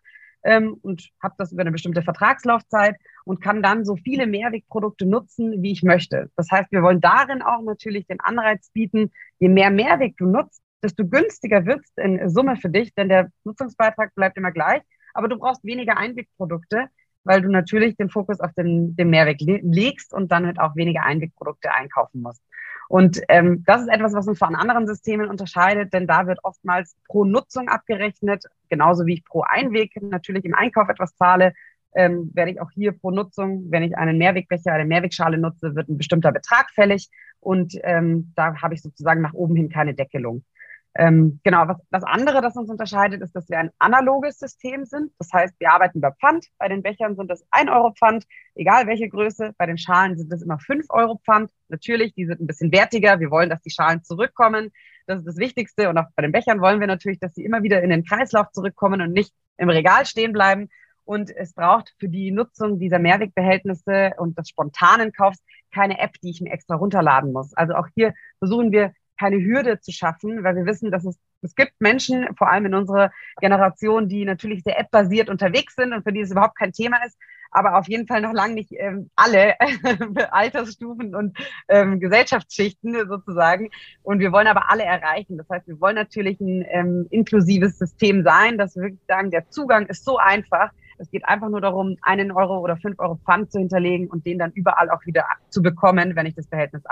und habe das über eine bestimmte Vertragslaufzeit und kann dann so viele Mehrwegprodukte nutzen, wie ich möchte. Das heißt, wir wollen darin auch natürlich den Anreiz bieten, je mehr Mehrweg du nutzt, desto günstiger wird es in Summe für dich, denn der Nutzungsbeitrag bleibt immer gleich, aber du brauchst weniger Einwegprodukte, weil du natürlich den Fokus auf den Mehrweg legst und dann halt auch weniger Einwegprodukte einkaufen musst. Und das ist etwas, was uns von anderen Systemen unterscheidet, denn da wird oftmals pro Nutzung abgerechnet, genauso wie ich pro Einweg natürlich im Einkauf etwas zahle, werde ich auch hier pro Nutzung, wenn ich einen Mehrwegbecher, eine Mehrwegschale nutze, wird ein bestimmter Betrag fällig und da habe ich sozusagen nach oben hin keine Deckelung. Genau, das andere, das uns unterscheidet, ist, dass wir ein analoges System sind. Das heißt, wir arbeiten über Pfand. Bei den Bechern sind es 1 Euro Pfand, egal welche Größe. Bei den Schalen sind es immer 5 Euro Pfand. Natürlich, die sind ein bisschen wertiger. Wir wollen, dass die Schalen zurückkommen. Das ist das Wichtigste. Und auch bei den Bechern wollen wir natürlich, dass sie immer wieder in den Kreislauf zurückkommen und nicht im Regal stehen bleiben. Und es braucht für die Nutzung dieser Mehrwegbehältnisse und des spontanen Kaufs keine App, die ich mir extra runterladen muss. Also auch hier versuchen wir, keine Hürde zu schaffen, weil wir wissen, dass es gibt Menschen, vor allem in unserer Generation, die natürlich sehr app-basiert unterwegs sind und für die es überhaupt kein Thema ist, aber auf jeden Fall noch lange nicht alle Altersstufen und Gesellschaftsschichten sozusagen. Und wir wollen aber alle erreichen. Das heißt, wir wollen natürlich ein inklusives System sein, dass wir wirklich sagen, der Zugang ist so einfach. Es geht einfach nur darum, 1 Euro oder 5 Euro Pfand zu hinterlegen und den dann überall auch wieder zu bekommen, wenn ich das Behältnis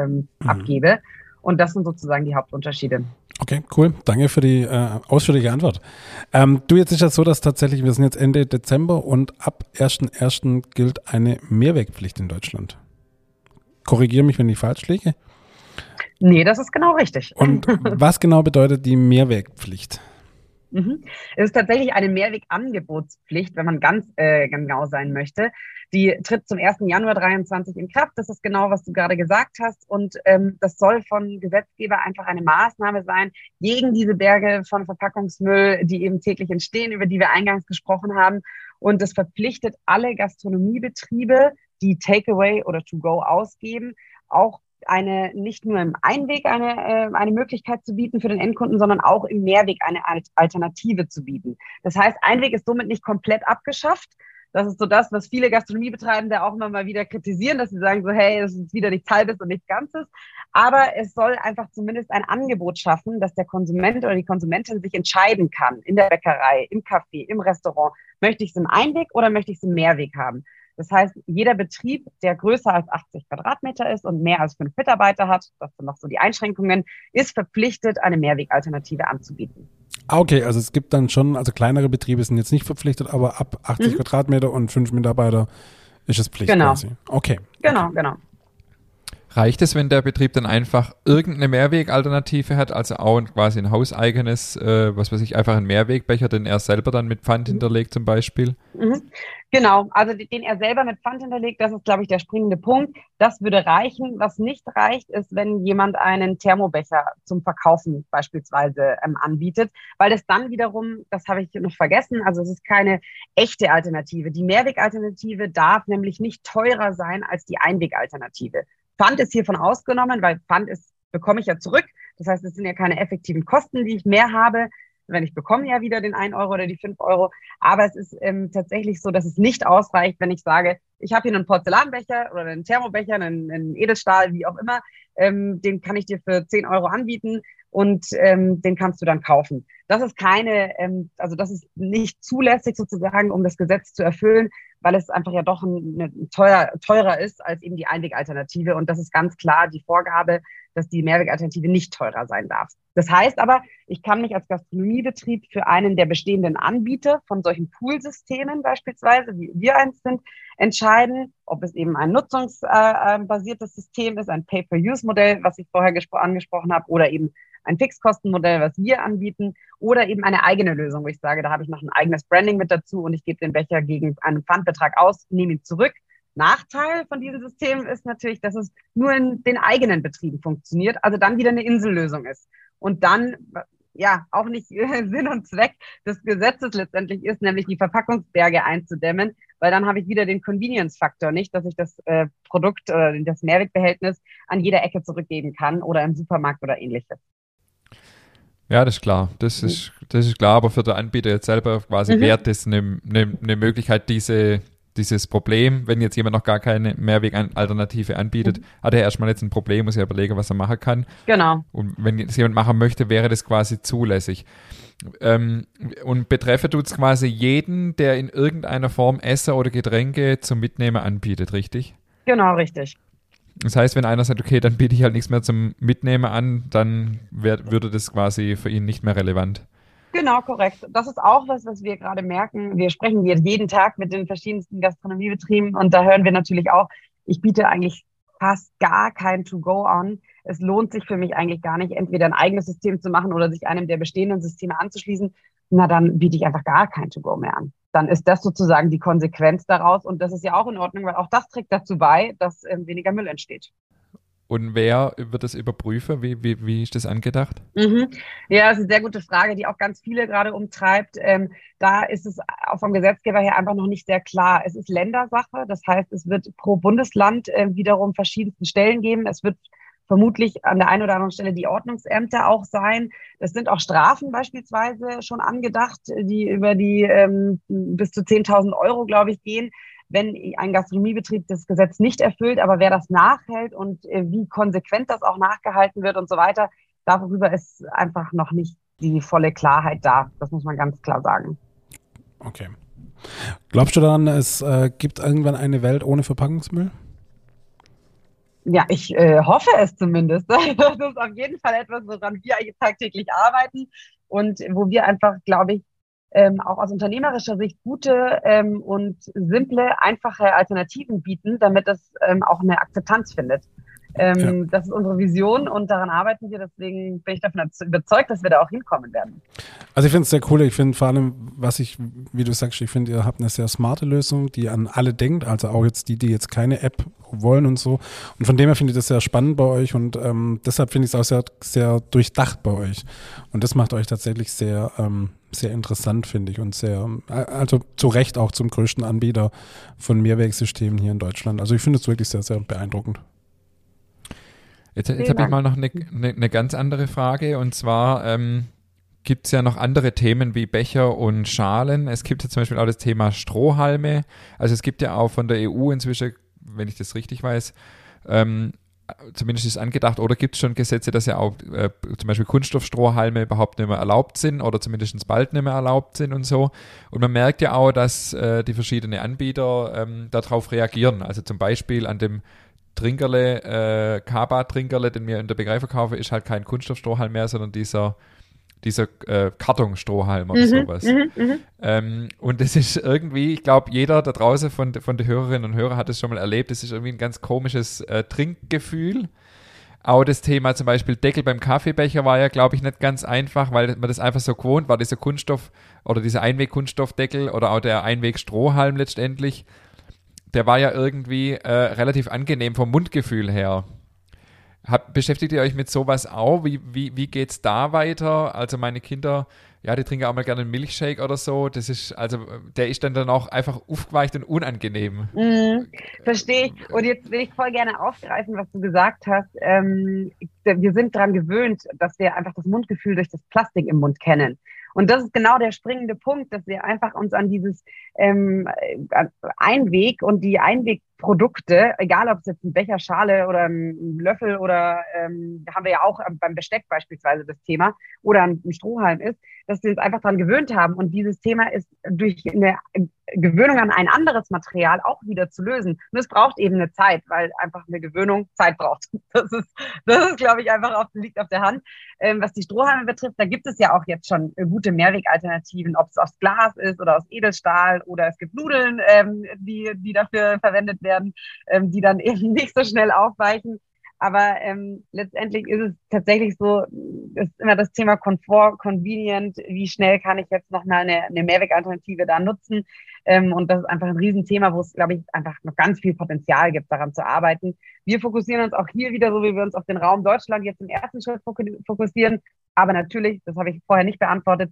abgebe. Und das sind sozusagen die Hauptunterschiede. Okay, cool. Danke für die ausführliche Antwort. Du, jetzt ist das so, dass tatsächlich, wir sind jetzt Ende Dezember und ab 1.1. gilt eine Mehrwegpflicht in Deutschland. Korrigiere mich, wenn ich falsch liege. Nee, das ist genau richtig. Und was genau bedeutet die Mehrwegpflicht? Es ist tatsächlich eine Mehrwegangebotspflicht, wenn man ganz genau sein möchte. Die tritt zum 1. Januar 2023 in Kraft. Das ist genau, was du gerade gesagt hast. Und das soll von Gesetzgeber einfach eine Maßnahme sein gegen diese Berge von Verpackungsmüll, die eben täglich entstehen, über die wir eingangs gesprochen haben. Und das verpflichtet alle Gastronomiebetriebe, die Takeaway oder To-Go ausgeben, auch nicht nur im Einweg eine Möglichkeit zu bieten für den Endkunden, sondern auch im Mehrweg eine Alternative zu bieten. Das heißt, Einweg ist somit nicht komplett abgeschafft. Das ist so das, was viele Gastronomiebetreibende auch immer mal wieder kritisieren, dass sie sagen so, hey, das ist wieder nichts Halbes und nichts Ganzes. Aber es soll einfach zumindest ein Angebot schaffen, dass der Konsument oder die Konsumentin sich entscheiden kann, in der Bäckerei, im Café, im Restaurant, möchte ich es im Einweg oder möchte ich es im Mehrweg haben. Das heißt, jeder Betrieb, der größer als 80 Quadratmeter ist und mehr als 5 Mitarbeiter hat, das sind noch so die Einschränkungen, ist verpflichtet, eine Mehrwegalternative anzubieten. Okay, also es gibt dann schon, also kleinere Betriebe sind jetzt nicht verpflichtet, aber ab 80 Quadratmeter und 5 Mitarbeiter ist es Pflicht quasi. Okay. Genau. Reicht es, wenn der Betrieb dann einfach irgendeine Mehrwegalternative hat, also auch quasi ein hauseigenes, einfach ein Mehrwegbecher, den er selber dann mit Pfand hinterlegt zum Beispiel? Genau, also den er selber mit Pfand hinterlegt, das ist, glaube ich, der springende Punkt. Das würde reichen. Was nicht reicht, ist, wenn jemand einen Thermobecher zum Verkaufen beispielsweise anbietet, weil das dann wiederum, das habe ich noch vergessen, also es ist keine echte Alternative. Die Mehrwegalternative darf nämlich nicht teurer sein als die Einwegalternative. Pfand ist hiervon ausgenommen, weil Pfand bekomme ich ja zurück. Das heißt, es sind ja keine effektiven Kosten, die ich mehr habe. Wenn ich bekomme ja wieder den 1 Euro oder die 5 Euro. Aber es ist tatsächlich so, dass es nicht ausreicht, wenn ich sage, ich habe hier einen Porzellanbecher oder einen Thermobecher, einen Edelstahl, wie auch immer. Den kann ich dir für 10 Euro anbieten und den kannst du dann kaufen. Das ist das ist nicht zulässig sozusagen, um das Gesetz zu erfüllen, weil es einfach ja doch teurer ist als eben die Einwegalternative. Und das ist ganz klar die Vorgabe, dass die Mehrwegalternative nicht teurer sein darf. Das heißt aber, ich kann mich als Gastronomiebetrieb für einen der bestehenden Anbieter von solchen Poolsystemen beispielsweise, wie wir eins sind, entscheiden, ob es eben ein nutzungsbasiertes System ist, ein Pay-per-Use-Modell, was ich vorher angesprochen habe, oder eben ein Fixkostenmodell, was wir anbieten, oder eben eine eigene Lösung, wo ich sage, da habe ich noch ein eigenes Branding mit dazu und ich gebe den Becher gegen einen Pfandbetrag aus, nehme ihn zurück. Nachteil von diesem System ist natürlich, dass es nur in den eigenen Betrieben funktioniert, also dann wieder eine Insellösung ist. Und dann ja auch nicht Sinn und Zweck des Gesetzes letztendlich ist, nämlich die Verpackungsberge einzudämmen, weil dann habe ich wieder den Convenience-Faktor nicht, dass ich das Produkt oder das Mehrwegbehältnis an jeder Ecke zurückgeben kann oder im Supermarkt oder ähnliches. Ja, das ist klar. Das ist klar, aber für den Anbieter jetzt selber quasi wäre das eine Möglichkeit, dieses Problem, wenn jetzt jemand noch gar keine Mehrwegalternative anbietet, hat er erstmal jetzt ein Problem, muss er überlegen, was er machen kann. Genau. Und wenn es jemand machen möchte, wäre das quasi zulässig. Und betreffen tut es quasi jeden, der in irgendeiner Form Essen oder Getränke zum Mitnehmen anbietet, richtig? Genau, richtig. Das heißt, wenn einer sagt, okay, dann biete ich halt nichts mehr zum Mitnehmen an, dann würde das quasi für ihn nicht mehr relevant. Genau, korrekt. Das ist auch was wir gerade merken. Wir sprechen jetzt jeden Tag mit den verschiedensten Gastronomiebetrieben und da hören wir natürlich auch, ich biete eigentlich fast gar kein To-Go an. Es lohnt sich für mich eigentlich gar nicht, entweder ein eigenes System zu machen oder sich einem der bestehenden Systeme anzuschließen. Na, dann biete ich einfach gar kein To-Go mehr an. Dann ist das sozusagen die Konsequenz daraus und das ist ja auch in Ordnung, weil auch das trägt dazu bei, dass weniger Müll entsteht. Und wer wird das überprüfen? Wie ist das angedacht? Ja, das ist eine sehr gute Frage, die auch ganz viele gerade umtreibt. Da ist es auch vom Gesetzgeber her einfach noch nicht sehr klar. Es ist Ländersache, das heißt, es wird pro Bundesland wiederum verschiedenste Stellen geben. Es wird vermutlich an der einen oder anderen Stelle die Ordnungsämter auch sein. Es sind auch Strafen beispielsweise schon angedacht, die über die bis zu 10.000 Euro, glaube ich, gehen, wenn ein Gastronomiebetrieb das Gesetz nicht erfüllt. Aber wer das nachhält und wie konsequent das auch nachgehalten wird und so weiter, darüber ist einfach noch nicht die volle Klarheit da. Das muss man ganz klar sagen. Okay. Glaubst du daran, es gibt irgendwann eine Welt ohne Verpackungsmüll? Ja, ich hoffe es zumindest. Das ist auf jeden Fall etwas, woran wir eigentlich tagtäglich arbeiten und wo wir einfach, glaube ich, auch aus unternehmerischer Sicht gute und simple, einfache Alternativen bieten, damit es auch eine Akzeptanz findet. Das ist unsere Vision und daran arbeiten wir. Deswegen bin ich davon überzeugt, dass wir da auch hinkommen werden. Also ich finde es sehr cool. Ich finde vor allem, wie du sagst, ich finde, ihr habt eine sehr smarte Lösung, die an alle denkt. Also auch jetzt die jetzt keine App wollen und so. Und von dem her finde ich das sehr spannend bei euch und deshalb finde ich es auch sehr, sehr durchdacht bei euch. Und das macht euch tatsächlich sehr, sehr interessant, finde ich. Und sehr, also zu Recht auch zum größten Anbieter von Mehrwegsystemen hier in Deutschland. Also ich finde es wirklich sehr, sehr beeindruckend. Jetzt habe ich mal noch eine ganz andere Frage und zwar gibt es ja noch andere Themen wie Becher und Schalen. Es gibt ja zum Beispiel auch das Thema Strohhalme. Also es gibt ja auch von der EU inzwischen, wenn ich das richtig weiß, zumindest ist angedacht, oder gibt es schon Gesetze, dass ja auch zum Beispiel Kunststoffstrohhalme überhaupt nicht mehr erlaubt sind oder zumindest bald nicht mehr erlaubt sind und so. Und man merkt ja auch, dass die verschiedenen Anbieter darauf reagieren. Also zum Beispiel an dem Trinkerle, Kaba-Trinkerle, den wir in der Bäckerei verkaufen, ist halt kein Kunststoffstrohhalm mehr, sondern dieser Kartonstrohhalm oder sowas. Und das ist irgendwie, ich glaube, jeder da draußen von den Hörerinnen und Hörern hat es schon mal erlebt, das ist irgendwie ein ganz komisches Trinkgefühl. Auch das Thema zum Beispiel Deckel beim Kaffeebecher war ja, glaube ich, nicht ganz einfach, weil man das einfach so gewohnt war, dieser Kunststoff oder dieser Einweg-Kunststoffdeckel oder auch der Einweg-Strohhalm letztendlich. Der war ja irgendwie relativ angenehm vom Mundgefühl her. Beschäftigt ihr euch mit sowas auch? Wie geht's da weiter? Also meine Kinder, ja, die trinken auch mal gerne einen Milchshake oder so. Das ist, also der ist dann auch einfach aufgeweicht und unangenehm. Verstehe ich. Und jetzt will ich voll gerne aufgreifen, was du gesagt hast. Wir sind daran gewöhnt, dass wir einfach das Mundgefühl durch das Plastik im Mund kennen. Und das ist genau der springende Punkt, dass wir einfach uns an dieses Einweg und die Einwegprodukte, egal ob es jetzt ein Becher, Schale oder ein Löffel oder haben wir ja auch beim Besteck beispielsweise das Thema oder ein Strohhalm ist, dass wir uns einfach daran gewöhnt haben. Und dieses Thema ist durch eine Gewöhnung an ein anderes Material auch wieder zu lösen. Und es braucht eben eine Zeit, weil einfach eine Gewöhnung Zeit braucht. Das ist glaube ich, einfach liegt auf der Hand. Was die Strohhalme betrifft, da gibt es ja auch jetzt schon gute Mehrwegalternativen, ob es aus Glas ist oder aus Edelstahl oder es gibt Nudeln, die dafür verwendet werden, die dann eben nicht so schnell aufweichen. Aber letztendlich ist es tatsächlich so, ist immer das Thema Komfort, convenient, wie schnell kann ich jetzt noch mal eine Mehrwegalternative da nutzen. Und das ist einfach ein Riesenthema, wo es, glaube ich, einfach noch ganz viel Potenzial gibt, daran zu arbeiten. Wir fokussieren uns auch hier wieder, so wie wir uns auf den Raum Deutschland jetzt im ersten Schritt fokussieren. Aber natürlich, das habe ich vorher nicht beantwortet,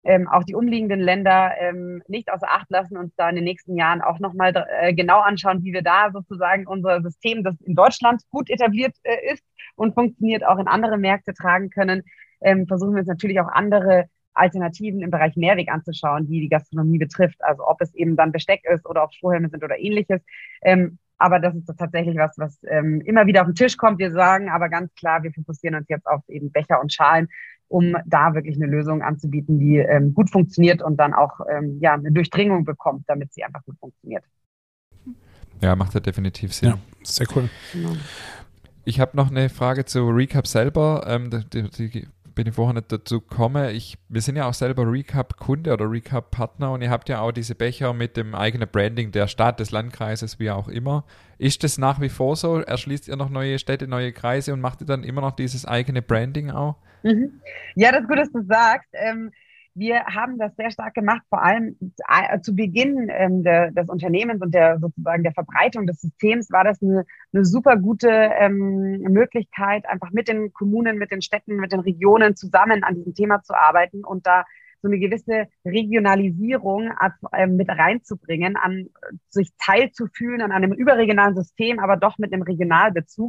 auch die umliegenden Länder nicht außer Acht lassen, uns da in den nächsten Jahren auch nochmal genau anschauen, wie wir da sozusagen unser System, das in Deutschland gut etabliert ist und funktioniert, auch in andere Märkte tragen können. Versuchen wir uns natürlich auch andere Alternativen im Bereich Mehrweg anzuschauen, die Gastronomie betrifft. Also ob es eben dann Besteck ist oder ob es Strohhalme sind oder ähnliches. Aber das ist tatsächlich was immer wieder auf den Tisch kommt. Wir sagen aber ganz klar, wir fokussieren uns jetzt auf eben Becher und Schalen, um da wirklich eine Lösung anzubieten, die gut funktioniert und dann auch eine Durchdringung bekommt, damit sie einfach gut funktioniert. Ja, macht ja definitiv Sinn. Ja, sehr cool. Genau. Ich habe noch eine Frage zu Recap selber. Die bin ich vorher nicht dazu gekommen. Wir sind ja auch selber Recap-Kunde oder Recap-Partner und ihr habt ja auch diese Becher mit dem eigenen Branding der Stadt, des Landkreises, wie auch immer. Ist das nach wie vor so? Erschließt ihr noch neue Städte, neue Kreise und macht ihr dann immer noch dieses eigene Branding auch? Mhm. Ja, das ist gut, dass du sagst. Wir haben das sehr stark gemacht, vor allem zu Beginn des Unternehmens und sozusagen der Verbreitung des Systems war das eine super gute Möglichkeit, einfach mit den Kommunen, mit den Städten, mit den Regionen zusammen an diesem Thema zu arbeiten und da so eine gewisse Regionalisierung mit reinzubringen, sich teilzufühlen an einem überregionalen System, aber doch mit einem Regionalbezug.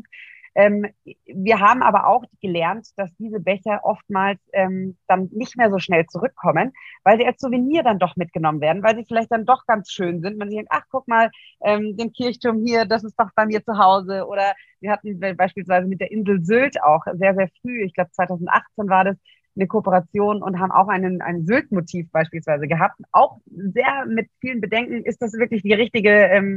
Wir haben aber auch gelernt, dass diese Becher oftmals dann nicht mehr so schnell zurückkommen, weil sie als Souvenir dann doch mitgenommen werden, weil sie vielleicht dann doch ganz schön sind. Man denkt, ach, guck mal, den Kirchturm hier, das ist doch bei mir zu Hause. Oder wir hatten beispielsweise mit der Insel Sylt auch sehr, sehr früh, ich glaube 2018 war das, eine Kooperation und haben auch ein Sylt-Motiv beispielsweise gehabt. Auch sehr mit vielen Bedenken, ist das wirklich der richtige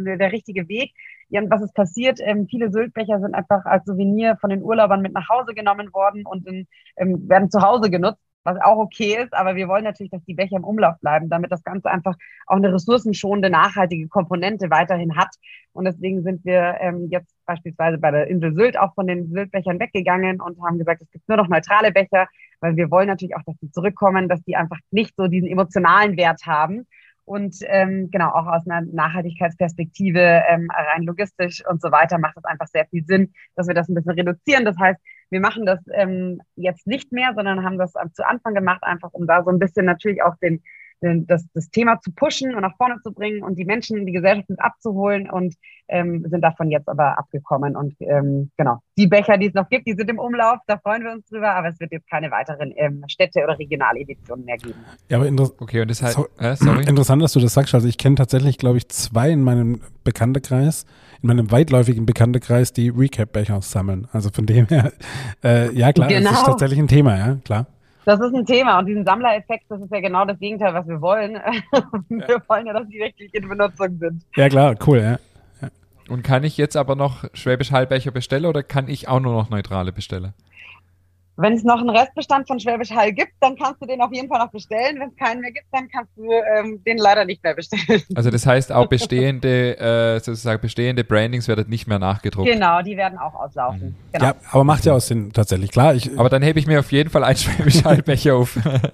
Weg? Ja, und was ist passiert? Viele Syltbecher sind einfach als Souvenir von den Urlaubern mit nach Hause genommen worden und werden zu Hause genutzt, was auch okay ist. Aber wir wollen natürlich, dass die Becher im Umlauf bleiben, damit das Ganze einfach auch eine ressourcenschonende, nachhaltige Komponente weiterhin hat. Und deswegen sind wir jetzt beispielsweise bei der Insel Sylt auch von den Syltbechern weggegangen und haben gesagt, es gibt nur noch neutrale Becher, weil wir wollen natürlich auch, dass die zurückkommen, dass die einfach nicht so diesen emotionalen Wert haben. Und genau, auch aus einer Nachhaltigkeitsperspektive, rein logistisch und so weiter, macht es einfach sehr viel Sinn, dass wir das ein bisschen reduzieren. Das heißt, wir machen das jetzt nicht mehr, sondern haben das zu Anfang gemacht, einfach um da so ein bisschen natürlich auch das Thema zu pushen und nach vorne zu bringen und die Menschen in die Gesellschaft mit abzuholen und sind davon jetzt aber abgekommen. Und genau, die Becher, die es noch gibt, die sind im Umlauf, da freuen wir uns drüber, aber es wird jetzt keine weiteren Städte- oder Regionaleditionen mehr geben. Ja, aber okay, und das heißt, sorry. Interessant, dass du das sagst. Also ich kenne tatsächlich, glaube ich, 2 in meinem Bekanntenkreis, in meinem weitläufigen Bekanntenkreis, die Recap-Becher sammeln. Also von dem her, ja klar, Genau. Das ist tatsächlich ein Thema, ja, klar. Das ist ein Thema und diesen Sammlereffekt, das ist ja genau das Gegenteil, was wir wollen. Wir wollen ja, dass die wirklich in Benutzung sind. Ja klar, cool, ja. Und kann ich jetzt aber noch Schwäbisch Hall-Becher bestellen oder kann ich auch nur noch neutrale bestellen? Wenn es noch einen Restbestand von Schwäbisch Hall gibt, dann kannst du den auf jeden Fall noch bestellen. Wenn es keinen mehr gibt, dann kannst du den leider nicht mehr bestellen. Also das heißt auch bestehende Brandings werden nicht mehr nachgedruckt. Genau, die werden auch auslaufen. Genau. Ja, aber macht ja auch Sinn, tatsächlich, klar. Aber dann hebe ich mir auf jeden Fall einen Schwäbisch Hall-Becher auf.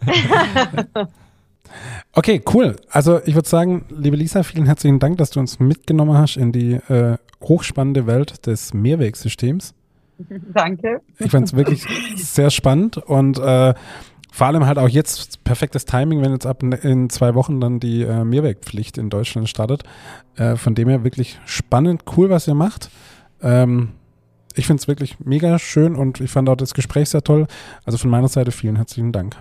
Okay, cool. Also ich würde sagen, liebe Lisa, vielen herzlichen Dank, dass du uns mitgenommen hast in die hochspannende Welt des Mehrwegsystems. Danke. Ich fand es wirklich sehr spannend und vor allem halt auch jetzt perfektes Timing, wenn jetzt in 2 Wochen dann die Mehrwegpflicht in Deutschland startet. Von dem her wirklich spannend, cool, was ihr macht. Ich finde es wirklich mega schön und ich fand auch das Gespräch sehr toll. Also von meiner Seite vielen herzlichen Dank.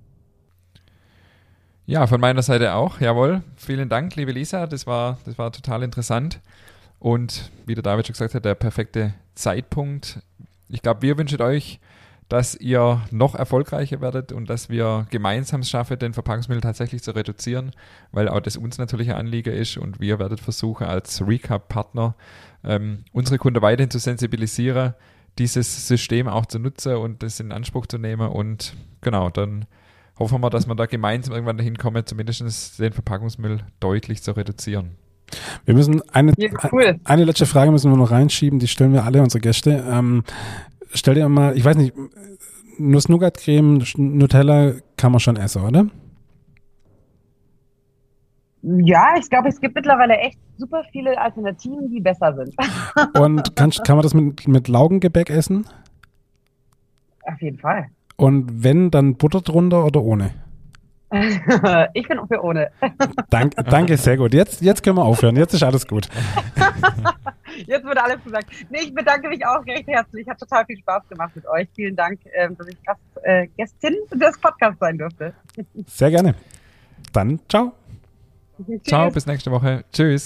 Ja, von meiner Seite auch, jawohl. Vielen Dank, liebe Lisa, das war total interessant. Und wie der David schon gesagt hat, der perfekte Zeitpunkt. Ich glaube, wir wünschen euch, dass ihr noch erfolgreicher werdet und dass wir gemeinsam es schaffen, den Verpackungsmüll tatsächlich zu reduzieren, weil auch das uns natürlich ein Anliegen ist und wir werdet versuchen, als Recap-Partner unsere Kunden weiterhin zu sensibilisieren, dieses System auch zu nutzen und das in Anspruch zu nehmen. Und genau, dann hoffen wir, dass wir da gemeinsam irgendwann dahin kommen, zumindest den Verpackungsmüll deutlich zu reduzieren. Wir müssen eine letzte Frage müssen wir noch reinschieben, die stellen wir alle unsere Gäste. Stell dir mal, ich weiß nicht, Nuss-Nougat-Creme, Nutella kann man schon essen, oder? Ja, ich glaube, es gibt mittlerweile echt super viele Alternativen, die besser sind. Und kann man das mit Laugengebäck essen? Auf jeden Fall. Und wenn, dann Butter drunter oder ohne? Ich bin für ohne. Danke, sehr gut. Jetzt können wir aufhören. Jetzt ist alles gut. Jetzt wird alles gesagt. Nee, ich bedanke mich auch recht herzlich. Hat total viel Spaß gemacht mit euch. Vielen Dank, dass ich Gästin des Podcasts sein durfte. Sehr gerne. Dann ciao. Ciao, bis nächste Woche. Tschüss.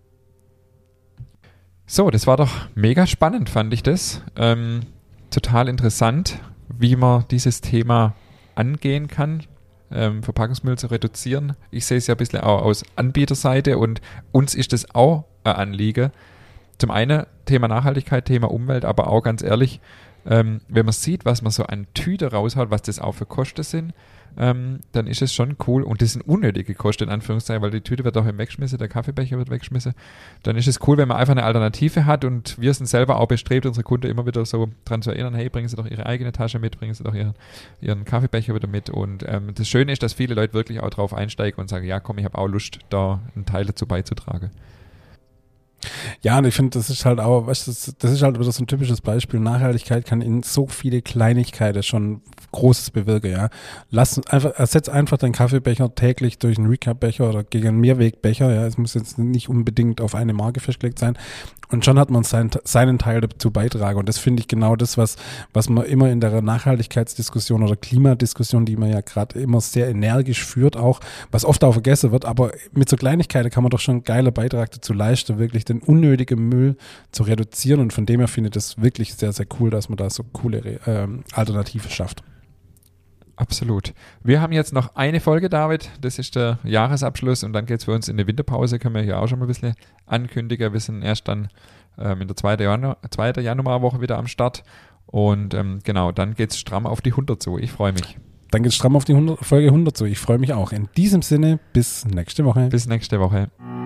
So, das war doch mega spannend, fand ich das. Total interessant, wie man dieses Thema angehen kann, Verpackungsmüll zu reduzieren. Ich sehe es ja ein bisschen auch aus Anbieterseite und uns ist das auch ein Anliegen. Zum einen Thema Nachhaltigkeit, Thema Umwelt, aber auch ganz ehrlich, wenn man sieht, was man so an Tüte raushaut, was das auch für Kosten sind, dann ist es schon cool und das sind unnötige Kosten in Anführungszeichen, weil die Tüte wird auch weggeschmissen, der Kaffeebecher wird weggeschmissen. Dann ist es cool, wenn man einfach eine Alternative hat und wir sind selber auch bestrebt, unsere Kunden immer wieder so dran zu erinnern, hey, bringen Sie doch Ihre eigene Tasche mit, bringen Sie doch Ihren Kaffeebecher wieder mit und das Schöne ist, dass viele Leute wirklich auch drauf einsteigen und sagen, ja komm, ich habe auch Lust, da einen Teil dazu beizutragen. Ja, und ich finde, das ist halt auch, weißt du, das ist halt wieder so ein typisches Beispiel. Nachhaltigkeit kann in so viele Kleinigkeiten schon Großes bewirken, ja. Ersetz einfach deinen Kaffeebecher täglich durch einen Recap-Becher oder gegen einen Mehrwegbecher, ja. Es muss jetzt nicht unbedingt auf eine Marke festgelegt sein. Und schon hat man seinen Teil dazu beitragen. Und das finde ich genau das, was man immer in der Nachhaltigkeitsdiskussion oder Klimadiskussion, die man ja gerade immer sehr energisch führt, auch, was oft auch vergessen wird. Aber mit so Kleinigkeiten kann man doch schon einen geilen Beitrag dazu leisten, wirklich den unnötigen Müll zu reduzieren. Und von dem her finde ich das wirklich sehr, sehr cool, dass man da so coole Alternative schafft. Absolut. Wir haben jetzt noch eine Folge, David. Das ist der Jahresabschluss und dann geht es für uns in die Winterpause. Können wir hier auch schon mal ein bisschen ankündigen. Wir sind erst dann in der 2. Januarwoche wieder am Start. Und genau, dann geht es stramm auf die 100 zu. Ich freue mich. Dann geht es stramm auf die Folge 100 zu. Ich freue mich auch. In diesem Sinne, bis nächste Woche. Bis nächste Woche.